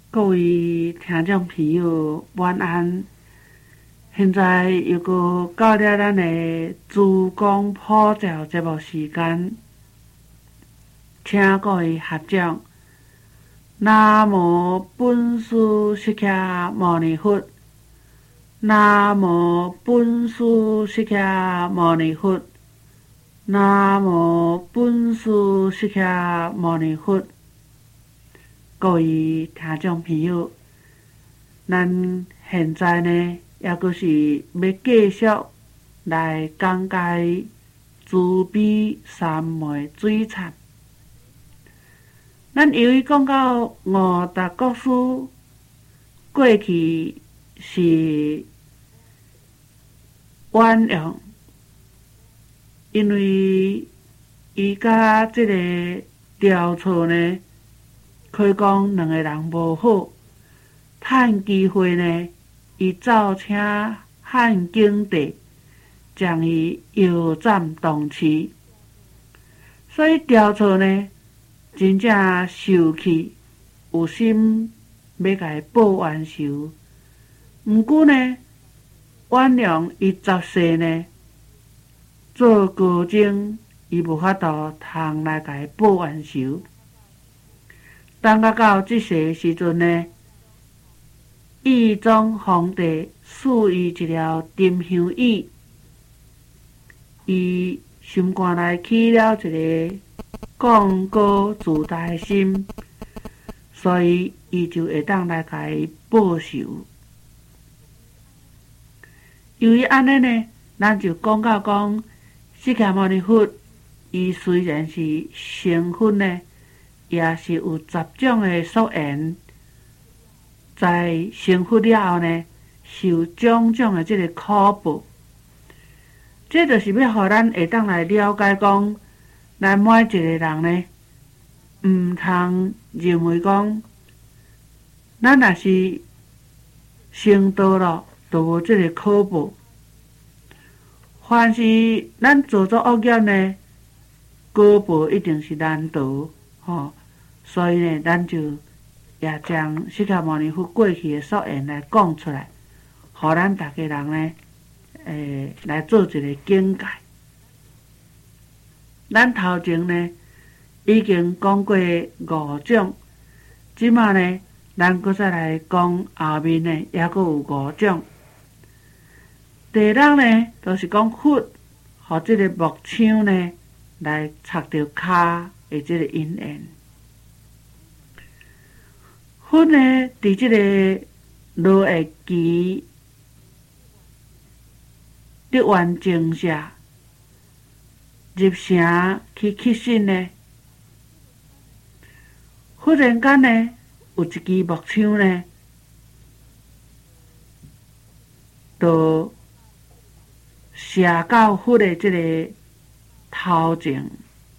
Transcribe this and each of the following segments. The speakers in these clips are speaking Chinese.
各位听众朋友，晚安。现在又搁到了咱的珠江普照节目时间，请各位合掌。南无本师释迦牟尼佛。南无本师释迦牟尼佛。南无本师释迦牟尼佛。各位听众朋友，咱现在呢，也阁是要继续来讲解慈悲三昧水忏。咱由于讲到五达国师过去是婉容，因为伊甲即个调错呢，可以讲两个人无好，趁机会呢，伊造车汉景帝，将伊腰斩动刺。所以调错呢，真正受气，有心要甲伊报冤仇。毋过呢，婉容伊十世呢，做高僧，伊无法度通来甲伊报冤仇。等到即世时阵呢，懿宗皇帝赐伊一条沉香椅，伊心肝内起了一个广高自大的心，所以伊就会当来甲伊报仇。由于安尼呢，咱就讲到讲释迦牟尼佛，伊虽然是成佛呢，也是有10种的宿缘，在成佛了后呢，受种种的这个苦报。这就是要互咱会当来了解讲，咱每一个人呢，毋通认为讲，咱若是成道了，就无这个苦报。凡是咱做作恶业呢，果报一定是难得，所以呢，咱就也将释迦牟尼佛过去的宿缘来讲出来，互咱大家人呢，来做一个警戒。咱头前呢，已经讲过5种，即马呢，咱搁再来讲后面呢，也搁有5种。第一呢，就是讲佛，互即个木枪呢，来插着骹的即个因缘。佛呢，伫即个罗会期得完净下入城去乞信呢，忽然间呢，有一支木枪呢，就射到佛的即个头前。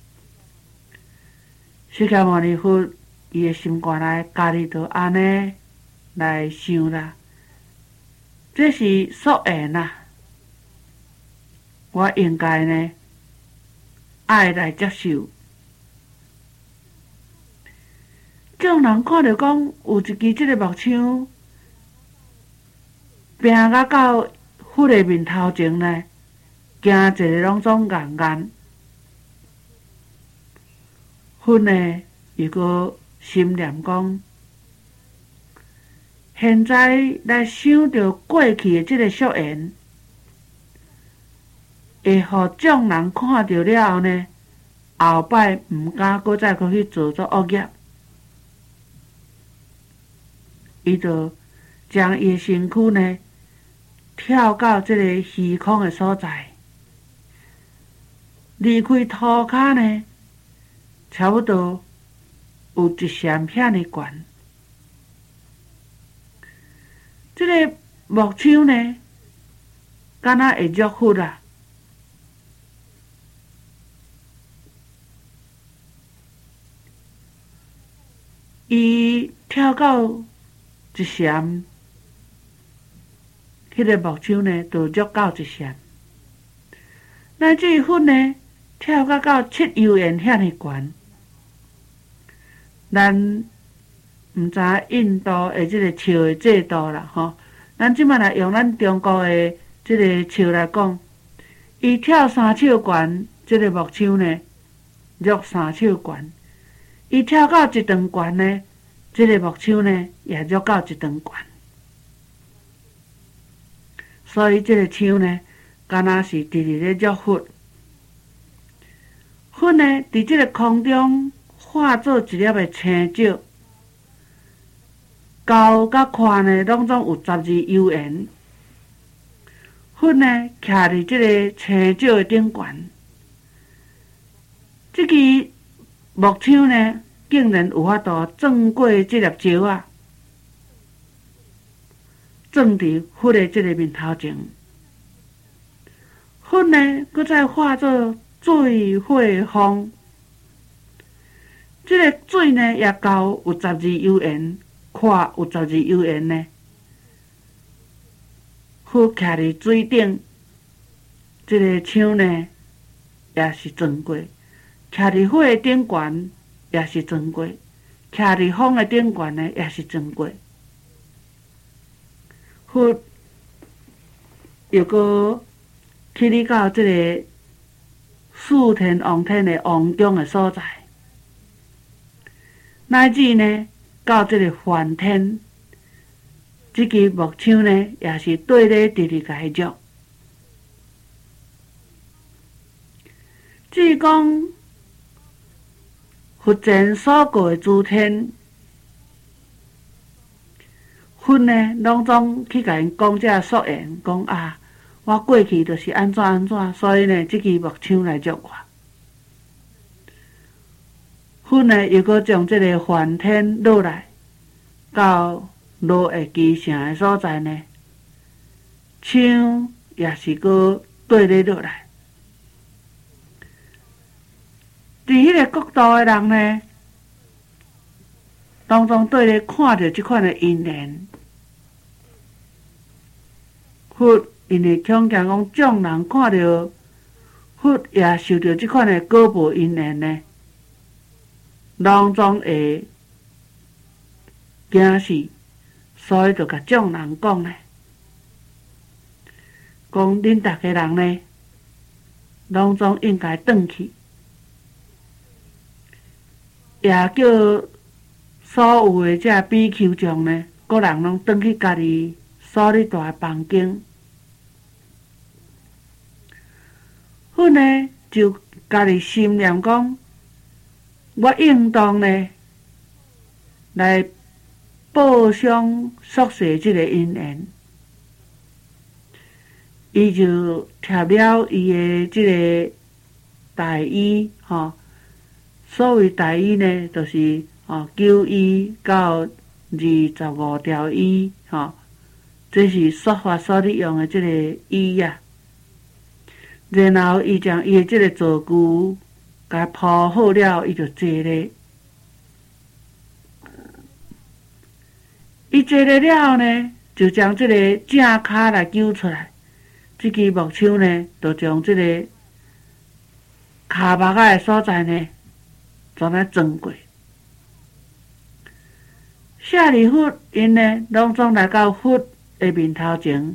释迦牟尼佛伊的心肝内家己就安尼来想啦，这是宿缘啦，我应该呢爱来接受。众人看到讲有一支即个木枪，拼到佛的面头前呢，惊一个拢总眼眼。佛呢又搁心念讲，现在来想着过去的即个宿缘，会互众人看到了后呢，后摆毋敢搁再去做作恶业。伊就将伊的身躯呢，跳到即个虚空的所在，离开涂骹呢，差不多有1扇遐尼悬。即个木枪呢，敢若会入佛啊。伊跳到1扇，迄个木枪呢，就入到1扇。乃至于佛呢，跳到7幽缘遐尼悬，咱毋毋知印度的即个笑的制度啦，吼。咱即摆来用咱中国的即个笑来讲，伊跳三手悬，即个木枪呢，约三手悬；伊跳到一丈悬呢，即个木枪呢，也约到一丈悬。所以即个枪呢，敢若是直直咧约佛。佛呢，伫即个空中化作一粒的青石。高甲宽呢，拢总有12由缘。佛呢，徛伫即个青石的顶悬。即支木枪呢，竟然有法度撞过即粒石啊，撞伫佛的即个面头前。佛呢，搁再化作水、火、风。即个水呢，也高有12由缘。看有12由缘呢，佛徛伫水顶，即个枪呢也是撞过；徛伫火的顶悬也是撞过；徛伫风的顶悬呢也是撞过。佛又搁去哩到即个四天王天的王宫的所在，乃至呢。到即个梵天，即支木枪呢，也是对咧直直甲伊约。至于讲佛前所过的诸天，佛呢，拢总去甲因讲这宿言，讲啊，我过去就是安怎安怎，所以呢，即支木枪来约我。佛呢，又搁将即个梵天落来，到罗会基城的所在呢，枪也是搁对咧落来。伫迄个国度的人呢，当中对咧看到即款的因缘，佛因为恐惊讲众人看到佛也受到即款的果报因缘呢。拢总会惊死，所以就甲众人讲咧，讲恁逐个人呢，拢总应该转去，也叫所有的这比丘众呢，个人拢转去家己所伫住的房间。阮呢就家己心念讲。我应当呢，来报上宿世即个因缘，伊就贴了伊的即个大衣，吼，所谓大衣呢，就是9衣到25条衣，吼，这是说法所利用的即个衣啊。然后伊将伊的即个坐具。甲铺好了，伊就坐咧。伊坐咧了呢，就将即个正骹来揪出来。即支木枪呢，就将即个骹目仔的所在呢，全来撞过。舍利弗因呢，拢总来到佛的面头前，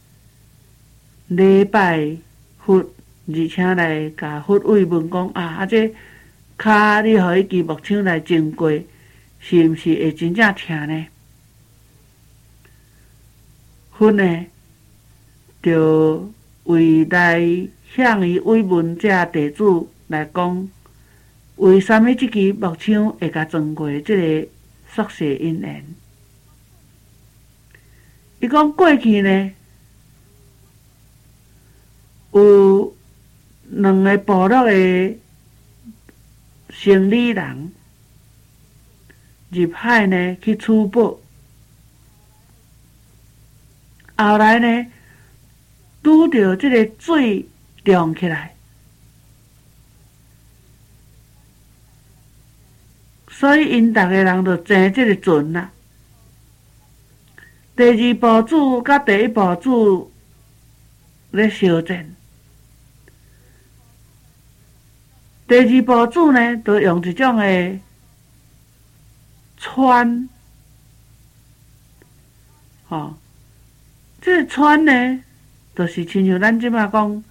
礼拜佛。而且来甲佛慰问讲啊，这骹你互伊支木枪来撞过，是毋是会真正疼呢？佛呢，就为来向伊慰问这弟子来讲，为什么即支木枪会甲撞过即个宿世因缘？伊讲过去呢，有2个部落的生理人入海呢去取宝，后来呢拄着这个水涨起来，所以因逐个人就争这个船啦。第2部主甲第1部主咧相战。第2部主呢，就用一种的船这个川呢，就是亲像咱即马讲，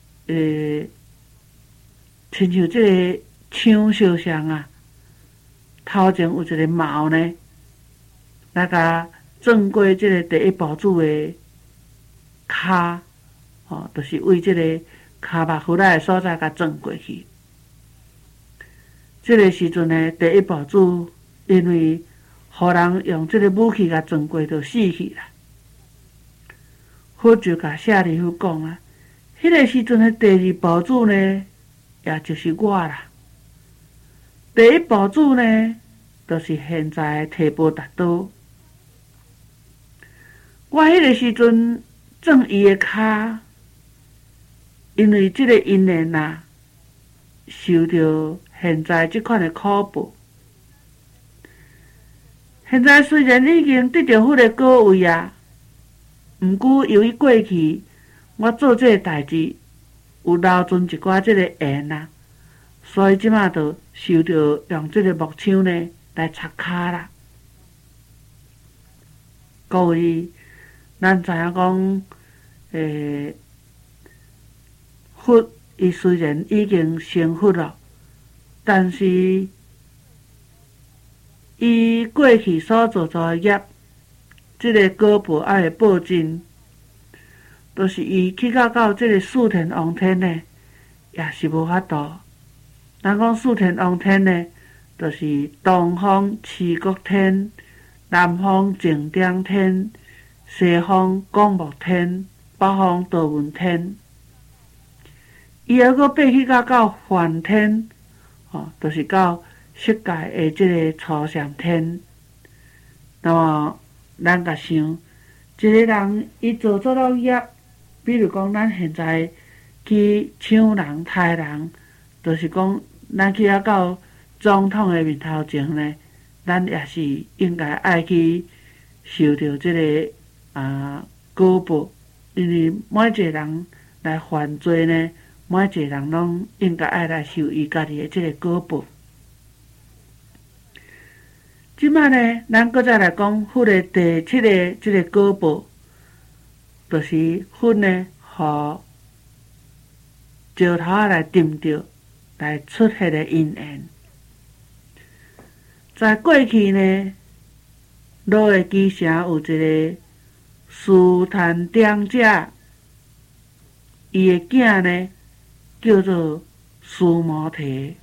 亲像这个枪烧上啊，头前有一个矛呢，来甲转过这个第一宝珠的骹，就是为这个骹目骨仔的所在甲转过去。这个时阵呢，第一宝珠因为互人用这个武器甲转过，就死去啦。佛就甲舍利弗讲啊，迄个时阵的第二宝珠呢，也就是我啦。第一宝珠呢，就是现在的提婆达多。我迄个时阵转伊的骹，因为这个因缘啊，受到现在这款的苦报。现在虽然已经得到迄个果位啊，毋过由于过去我做这个代志有留存一寡这个缘啊，所以即马就受到用这个木枪呢来插骹啦。各位，咱知影讲，佛伊虽然已经成佛了，但是伊过去所做的业，这个果报还会报尽，就是伊去到这个四天王天呢，也是无法度。咱讲四天王天呢，就是东方持国天、南方净光天、西方广目天、北方道文天。伊还阁爬去到梵天，就是到色界的这个初禅天。那么咱甲想，一个人伊做了业，比如讲咱现在去抢人、杀人，就是讲咱去到总统的面头前呢，咱也是应该爱去受到这个果报，因为每一个人来犯罪呢，每一个人拢应该爱来受伊家己的这个果报。即摆呢，咱搁再来讲佛的第七个这个果报，就是佛呢，互石头来tìm着，来出迄个因缘。在过去呢，罗的基城有一个斯坦长者，伊的囝呢叫做苏摩提，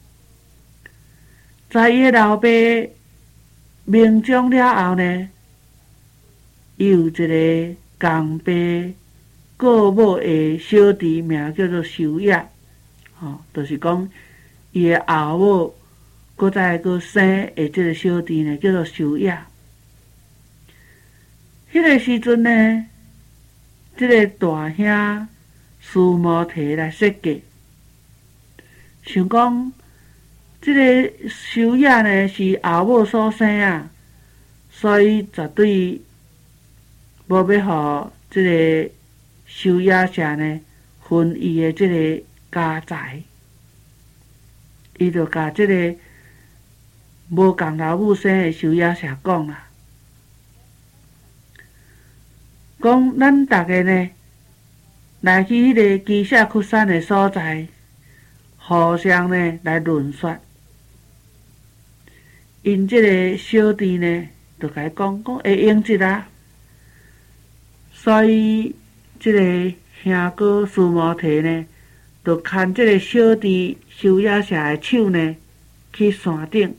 在伊的老爸命终了后呢，伊有一个共爸过母的小弟，名叫做修也，就是讲伊的后母搁再搁生的这个小弟呢，叫做修也。迄个时阵呢，这个大兄苏摩提来设计，想讲这个修也呢是后母所生啊，所以绝对无要互这个修也社呢分伊的这个家财，伊就甲这个无共老母生的修也社讲啦，讲咱大家呢来去迄个基舍窟山的所在，互相呢来论说。因这个小弟呢，就甲伊讲会用一啦，所以这个兄哥苏摩提呢，就牵这个小弟修也社的手呢，去山顶，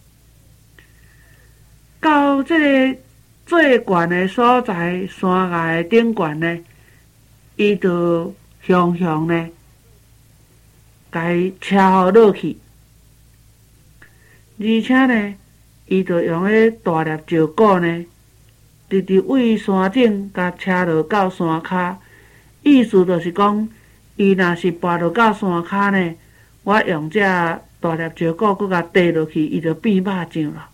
到这个最悬的所在，山崖的顶悬呢，伊就向呢，甲伊车互落去。而且呢，伊就用迄大粒石鼓呢，直直为山顶，甲车落到山骹。意思就是讲，伊若是跋落到山骹呢，我用这大粒石鼓搁甲跌落去，伊就变肉酱了。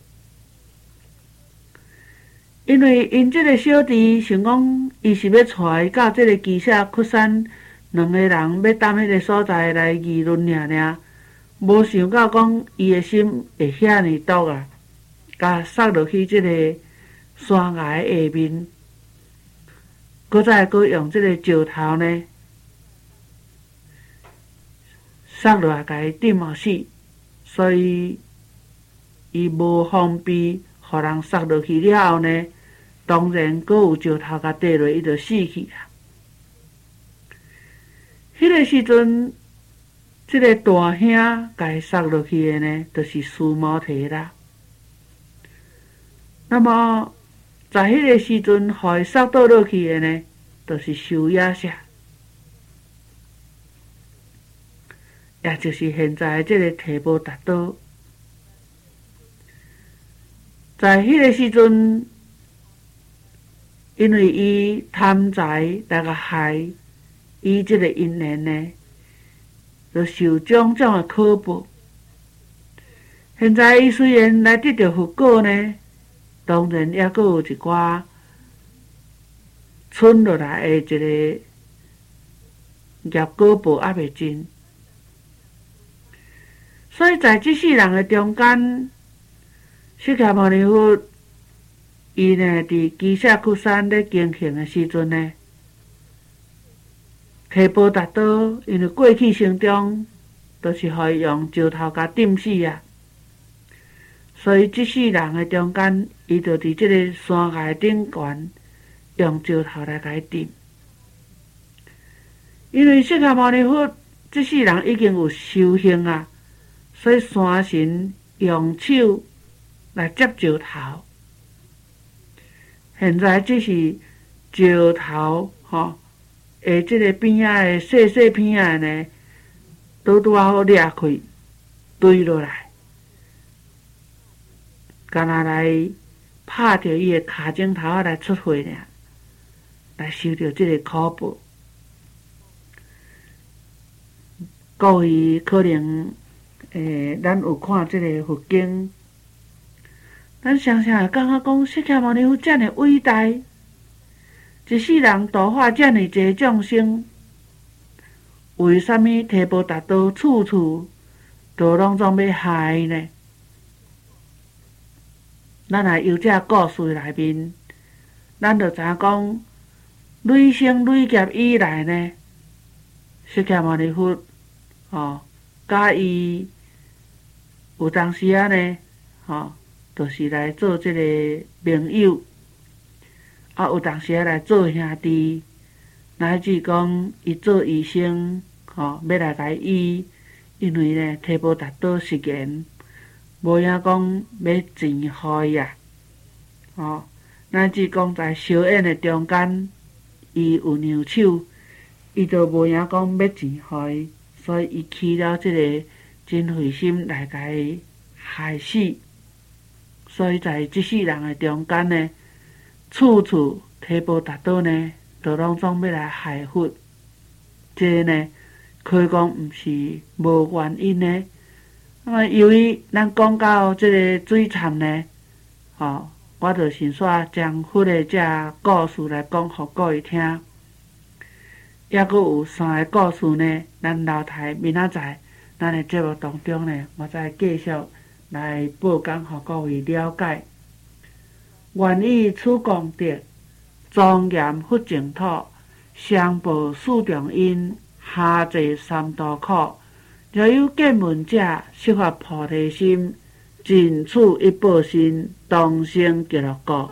因为因这个小弟想讲，伊是要带伊到这个基舍窟山，两个人要踮迄个所在来议论尔。无想到讲伊的心会遐尼毒啊，甲塞落去这个山崖下面，搁再用这个石头呢，摔落来，甲伊点啊死，所以伊无方便，互人摔落去了后呢，当然搁有石头甲跌落，伊就死去啊。迄个时阵，这个大兄甲伊摔落去的呢，就是苏摩提啦。那么，在迄个时阵，互伊摔倒落去的呢，就是修亚舍，也就是现在这个提婆达多。在迄个时阵，因为伊贪财来个害伊这个因缘呢，就受种种的考报。现在伊虽然来得到佛果呢，当然也阁有一寡剩落来的一个业果报还未尽，所以在这世人的中间，释迦牟尼佛伊呢伫基舍库山咧经行的时阵呢，提婆达多因为过去生中都是互伊用石头甲点死啊，所以这世人的中间，伊就伫这个山崖顶悬用石头来甲伊点。因为释迦牟尼佛这世人已经有修行啊，所以山神用手来接石头。现在只是石头下这个边仔的细细片仔呢，拄啊好裂开，堆落来，干那来拍着伊的脚趾头来出血尔，来受着这个苦报。各位可能咱有看这个佛经，咱常常会感觉讲释迦牟尼佛遮尔伟大，一世人度化遮尔济众生，为什么提婆达多处处都拢总要害呢？咱来由这故事内面，咱就知影讲，累生累劫以来呢，释迦牟尼佛甲伊有当时啊呢，就是来做这个朋友，有当时啊来做兄弟，乃至讲伊做医生，要来甲伊医，因为呢提婆达多失言，无影讲要钱互伊啊，乃至讲在烧宴的中间，伊有让手，伊就无影讲要钱互伊，所以伊起了这个真费心来甲伊害死。所以在这世人的中间呢，处处提婆达多呢，都拢总要来害佛。这呢，可以讲毋是无原因的。那么由于咱讲到这个水惨呢，我就先煞将佛的这故事来讲互各位听。也阁有3个故事呢，咱留待明仔载咱的节目当中呢，我再继续来报讲互各位了解。愿以此功德，庄严佛净土，上报四重恩，下济三途苦。若有见闻者，悉发菩提心，尽此一报身，当生极乐国。